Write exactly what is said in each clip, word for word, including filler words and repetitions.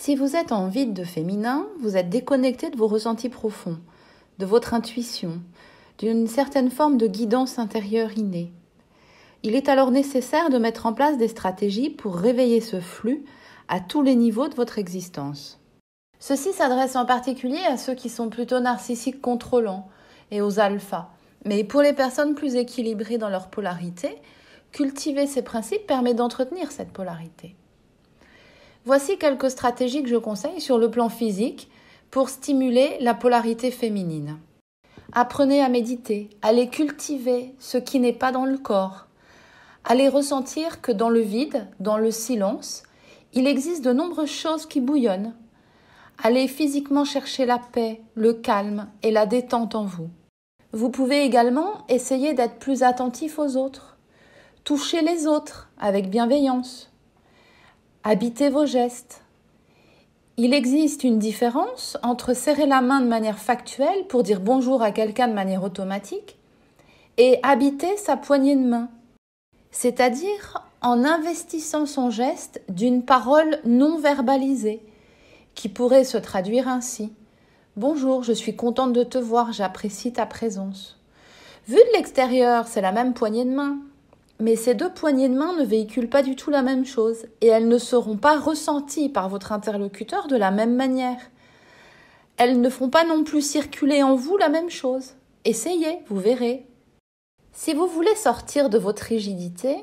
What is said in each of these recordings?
Si vous êtes en vide de féminin, vous êtes déconnecté de vos ressentis profonds, de votre intuition, d'une certaine forme de guidance intérieure innée. Il est alors nécessaire de mettre en place des stratégies pour réveiller ce flux à tous les niveaux de votre existence. Ceci s'adresse en particulier à ceux qui sont plutôt narcissiques contrôlants et aux alphas. Mais pour les personnes plus équilibrées dans leur polarité, cultiver ces principes permet d'entretenir cette polarité. Voici quelques stratégies que je conseille sur le plan physique pour stimuler la polarité féminine. Apprenez à méditer, allez cultiver ce qui n'est pas dans le corps. Allez ressentir que dans le vide, dans le silence, il existe de nombreuses choses qui bouillonnent. Allez physiquement chercher la paix, le calme et la détente en vous. Vous pouvez également essayer d'être plus attentif aux autres. Touchez les autres avec bienveillance. Habitez vos gestes. Il existe une différence entre serrer la main de manière factuelle pour dire bonjour à quelqu'un de manière automatique et habiter sa poignée de main, c'est-à-dire en investissant son geste d'une parole non verbalisée qui pourrait se traduire ainsi. Bonjour, je suis contente de te voir, j'apprécie ta présence. Vu de l'extérieur, c'est la même poignée de main. Mais ces deux poignées de main ne véhiculent pas du tout la même chose et elles ne seront pas ressenties par votre interlocuteur de la même manière. Elles ne feront pas non plus circuler en vous la même chose. Essayez, vous verrez. Si vous voulez sortir de votre rigidité,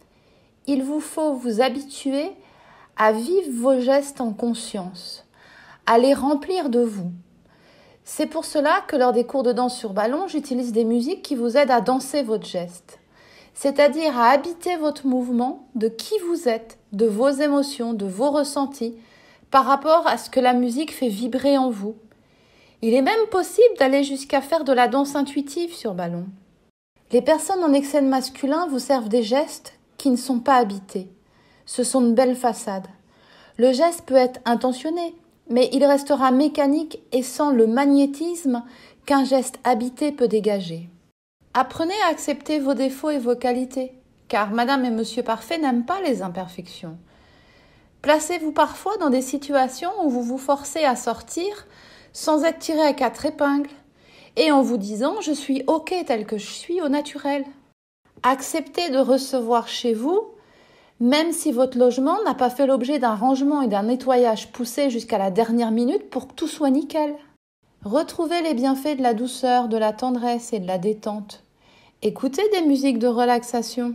il vous faut vous habituer à vivre vos gestes en conscience, à les remplir de vous. C'est pour cela que lors des cours de danse sur ballon, j'utilise des musiques qui vous aident à danser votre geste. C'est-à-dire à habiter votre mouvement de qui vous êtes, de vos émotions, de vos ressentis, par rapport à ce que la musique fait vibrer en vous. Il est même possible d'aller jusqu'à faire de la danse intuitive sur ballon. Les personnes en excès masculin vous servent des gestes qui ne sont pas habités. Ce sont de belles façades. Le geste peut être intentionné, mais il restera mécanique et sans le magnétisme qu'un geste habité peut dégager. Apprenez à accepter vos défauts et vos qualités, car Madame et Monsieur Parfait n'aiment pas les imperfections. Placez-vous parfois dans des situations où vous vous forcez à sortir sans être tiré à quatre épingles, et en vous disant « je suis ok tel que je suis au naturel ». Acceptez de recevoir chez vous, même si votre logement n'a pas fait l'objet d'un rangement et d'un nettoyage poussé jusqu'à la dernière minute pour que tout soit nickel. Retrouvez les bienfaits de la douceur, de la tendresse et de la détente. Écoutez des musiques de relaxation.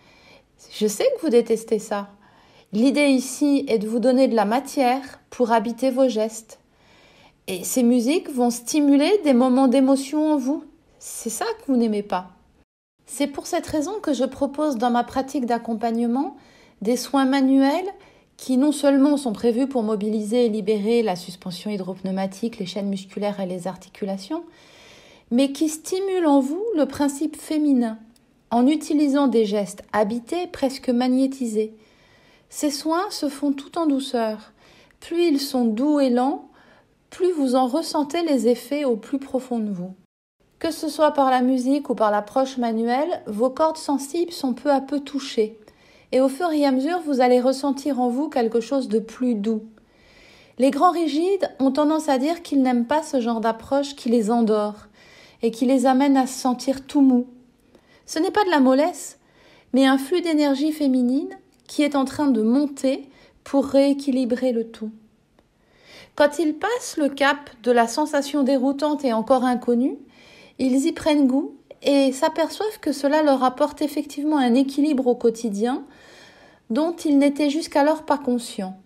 Je sais que vous détestez ça. L'idée ici est de vous donner de la matière pour habiter vos gestes. Et ces musiques vont stimuler des moments d'émotion en vous. C'est ça que vous n'aimez pas. C'est pour cette raison que je propose dans ma pratique d'accompagnement des soins manuels qui non seulement sont prévus pour mobiliser et libérer la suspension hydropneumatique, les chaînes musculaires et les articulations, mais qui stimulent en vous le principe féminin en utilisant des gestes habités, presque magnétisés. Ces soins se font tout en douceur. Plus ils sont doux et lents, plus vous en ressentez les effets au plus profond de vous. Que ce soit par la musique ou par l'approche manuelle, vos cordes sensibles sont peu à peu touchées. Et au fur et à mesure, vous allez ressentir en vous quelque chose de plus doux. Les grands rigides ont tendance à dire qu'ils n'aiment pas ce genre d'approche qui les endort et qui les amène à se sentir tout mou. Ce n'est pas de la mollesse, mais un flux d'énergie féminine qui est en train de monter pour rééquilibrer le tout. Quand ils passent le cap de la sensation déroutante et encore inconnue, ils y prennent goût et s'aperçoivent que cela leur apporte effectivement un équilibre au quotidien dont ils n'étaient jusqu'alors pas conscients.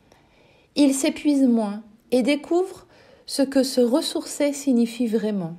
Ils s'épuisent moins et découvrent ce que se ressourcer signifie vraiment.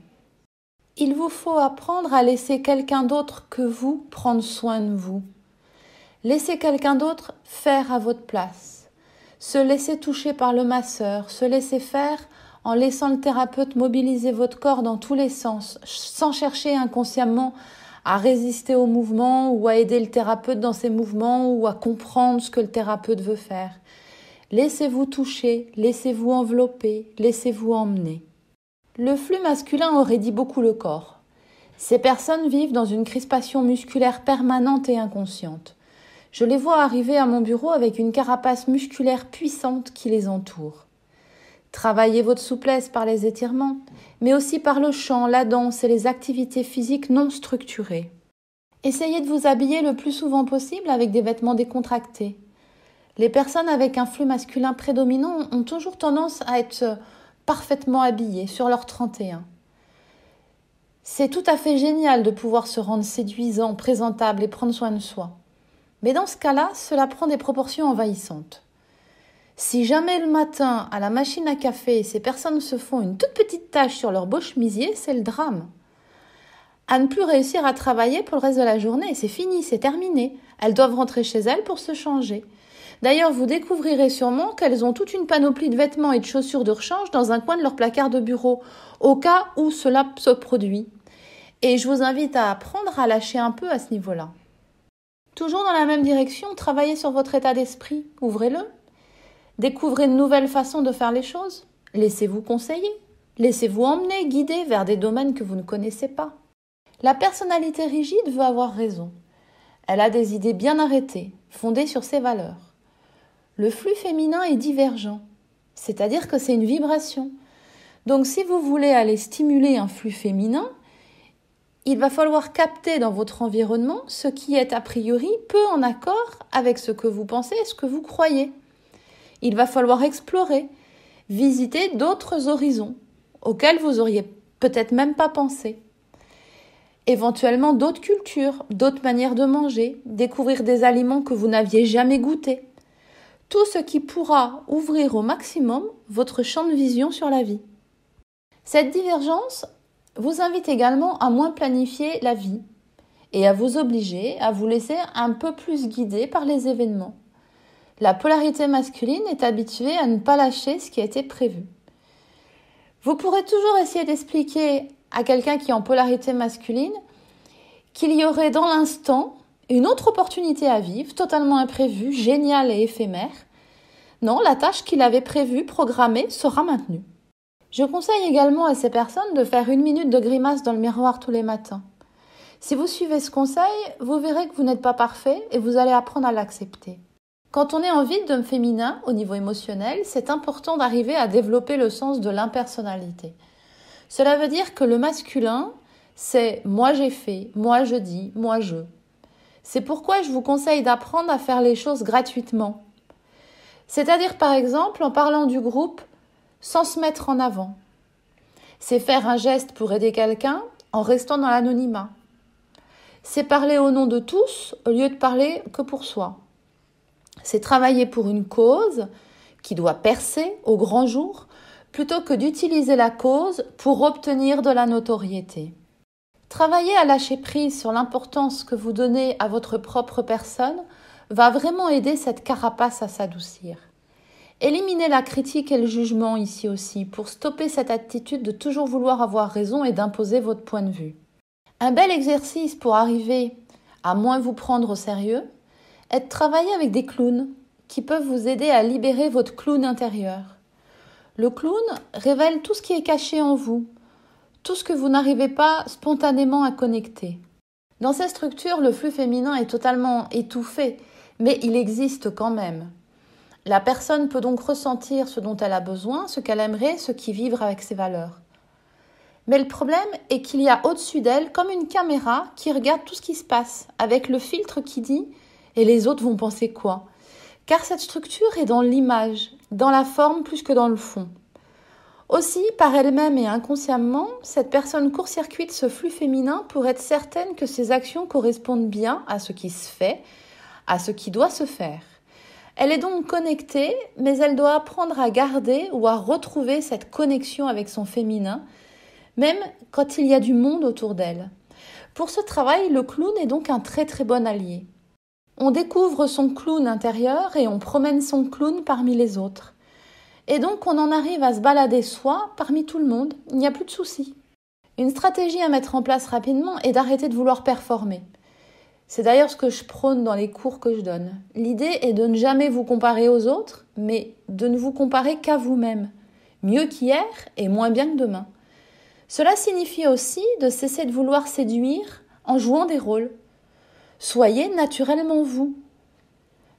Il vous faut apprendre à laisser quelqu'un d'autre que vous prendre soin de vous. Laissez quelqu'un d'autre faire à votre place. Se laisser toucher par le masseur, se laisser faire en laissant le thérapeute mobiliser votre corps dans tous les sens, sans chercher inconsciemment à résister au mouvement ou à aider le thérapeute dans ses mouvements ou à comprendre ce que le thérapeute veut faire. Laissez-vous toucher, laissez-vous envelopper, laissez-vous emmener. Le flux masculin aurait dit beaucoup le corps. Ces personnes vivent dans une crispation musculaire permanente et inconsciente. Je les vois arriver à mon bureau avec une carapace musculaire puissante qui les entoure. Travaillez votre souplesse par les étirements, mais aussi par le chant, la danse et les activités physiques non structurées. Essayez de vous habiller le plus souvent possible avec des vêtements décontractés. Les personnes avec un flux masculin prédominant ont toujours tendance à être parfaitement habillées sur leur trente et un. C'est tout à fait génial de pouvoir se rendre séduisant, présentable et prendre soin de soi. Mais dans ce cas-là, cela prend des proportions envahissantes. Si jamais le matin, à la machine à café, ces personnes se font une toute petite tache sur leur beau chemisier, c'est le drame. À ne plus réussir à travailler pour le reste de la journée, c'est fini, c'est terminé. Elles doivent rentrer chez elles pour se changer. D'ailleurs, vous découvrirez sûrement qu'elles ont toute une panoplie de vêtements et de chaussures de rechange dans un coin de leur placard de bureau, au cas où cela se produit. Et je vous invite à apprendre à lâcher un peu à ce niveau-là. Toujours dans la même direction, travaillez sur votre état d'esprit, ouvrez-le. Découvrez de nouvelles façons de faire les choses. Laissez-vous conseiller. Laissez-vous emmener, guider vers des domaines que vous ne connaissez pas. La personnalité rigide veut avoir raison. Elle a des idées bien arrêtées, fondées sur ses valeurs. Le flux féminin est divergent, c'est-à-dire que c'est une vibration. Donc si vous voulez aller stimuler un flux féminin, il va falloir capter dans votre environnement ce qui est a priori peu en accord avec ce que vous pensez et ce que vous croyez. Il va falloir explorer, visiter d'autres horizons auxquels vous auriez peut-être même pas pensé. Éventuellement d'autres cultures, d'autres manières de manger, découvrir des aliments que vous n'aviez jamais goûtés. Tout ce qui pourra ouvrir au maximum votre champ de vision sur la vie. Cette divergence vous invite également à moins planifier la vie et à vous obliger à vous laisser un peu plus guider par les événements. La polarité masculine est habituée à ne pas lâcher ce qui a été prévu. Vous pourrez toujours essayer d'expliquer à quelqu'un qui est en polarité masculine qu'il y aurait dans l'instant une autre opportunité à vivre, totalement imprévue, géniale et éphémère. Non, la tâche qu'il avait prévue, programmée, sera maintenue. Je conseille également à ces personnes de faire une minute de grimace dans le miroir tous les matins. Si vous suivez ce conseil, vous verrez que vous n'êtes pas parfait et vous allez apprendre à l'accepter. Quand on est en vide d'homme féminin, au niveau émotionnel, c'est important d'arriver à développer le sens de l'impersonnalité. Cela veut dire que le masculin, c'est « moi j'ai fait »,« moi je dis »,« moi je ». C'est pourquoi je vous conseille d'apprendre à faire les choses gratuitement. C'est-à-dire par exemple en parlant du groupe sans se mettre en avant. C'est faire un geste pour aider quelqu'un en restant dans l'anonymat. C'est parler au nom de tous au lieu de parler que pour soi. C'est travailler pour une cause qui doit percer au grand jour plutôt que d'utiliser la cause pour obtenir de la notoriété. Travailler à lâcher prise sur l'importance que vous donnez à votre propre personne va vraiment aider cette carapace à s'adoucir. Éliminez la critique et le jugement ici aussi pour stopper cette attitude de toujours vouloir avoir raison et d'imposer votre point de vue. Un bel exercice pour arriver à moins vous prendre au sérieux est de travailler avec des clowns qui peuvent vous aider à libérer votre clown intérieur. Le clown révèle tout ce qui est caché en vous, tout ce que vous n'arrivez pas spontanément à connecter. Dans ces structures, le flux féminin est totalement étouffé, mais il existe quand même. La personne peut donc ressentir ce dont elle a besoin, ce qu'elle aimerait, ce qui vibre avec ses valeurs. Mais le problème est qu'il y a au-dessus d'elle comme une caméra qui regarde tout ce qui se passe, avec le filtre qui dit « et les autres vont penser quoi ?» Car cette structure est dans l'image, dans la forme plus que dans le fond. Aussi, par elle-même et inconsciemment, cette personne court-circuite ce flux féminin pour être certaine que ses actions correspondent bien à ce qui se fait, à ce qui doit se faire. Elle est donc connectée, mais elle doit apprendre à garder ou à retrouver cette connexion avec son féminin, même quand il y a du monde autour d'elle. Pour ce travail, le clown est donc un très très bon allié. On découvre son clown intérieur et on promène son clown parmi les autres. Et donc on en arrive à se balader soi parmi tout le monde, il n'y a plus de soucis. Une stratégie à mettre en place rapidement est d'arrêter de vouloir performer. C'est d'ailleurs ce que je prône dans les cours que je donne. L'idée est de ne jamais vous comparer aux autres, mais de ne vous comparer qu'à vous-même. Mieux qu'hier et moins bien que demain. Cela signifie aussi de cesser de vouloir séduire en jouant des rôles. Soyez naturellement vous.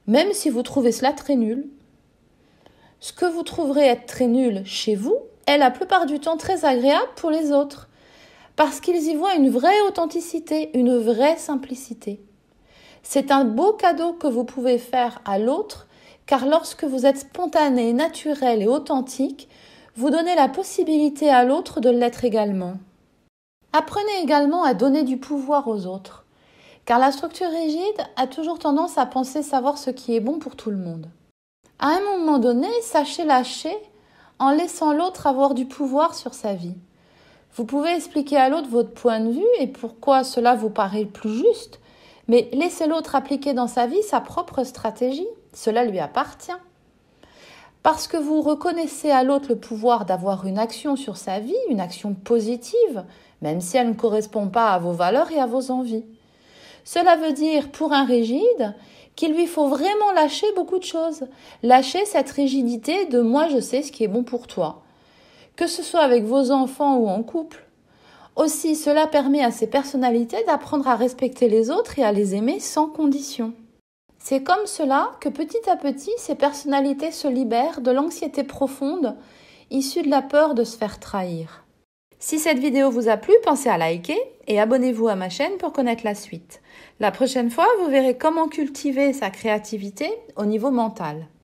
même si vous trouvez cela très nul. Ce que vous trouverez être très nul chez vous est la plupart du temps très agréable pour les autres, parce qu'ils y voient une vraie authenticité, une vraie simplicité. C'est un beau cadeau que vous pouvez faire à l'autre, car lorsque vous êtes spontané, naturel et authentique, vous donnez la possibilité à l'autre de l'être également. Apprenez également à donner du pouvoir aux autres, car la structure rigide a toujours tendance à penser savoir ce qui est bon pour tout le monde. À un moment donné, sachez lâcher en laissant l'autre avoir du pouvoir sur sa vie. Vous pouvez expliquer à l'autre votre point de vue et pourquoi cela vous paraît le plus juste, mais laissez l'autre appliquer dans sa vie sa propre stratégie. Cela lui appartient. Parce que vous reconnaissez à l'autre le pouvoir d'avoir une action sur sa vie, une action positive, même si elle ne correspond pas à vos valeurs et à vos envies. Cela veut dire, pour un rigide, qu'il lui faut vraiment lâcher beaucoup de choses. Lâcher cette rigidité de « moi je sais ce qui est bon pour toi », que ce soit avec vos enfants ou en couple. Aussi, cela permet à ces personnalités d'apprendre à respecter les autres et à les aimer sans condition. C'est comme cela que petit à petit, ces personnalités se libèrent de l'anxiété profonde issue de la peur de se faire trahir. Si cette vidéo vous a plu, pensez à liker et abonnez-vous à ma chaîne pour connaître la suite. La prochaine fois, vous verrez comment cultiver sa créativité au niveau mental.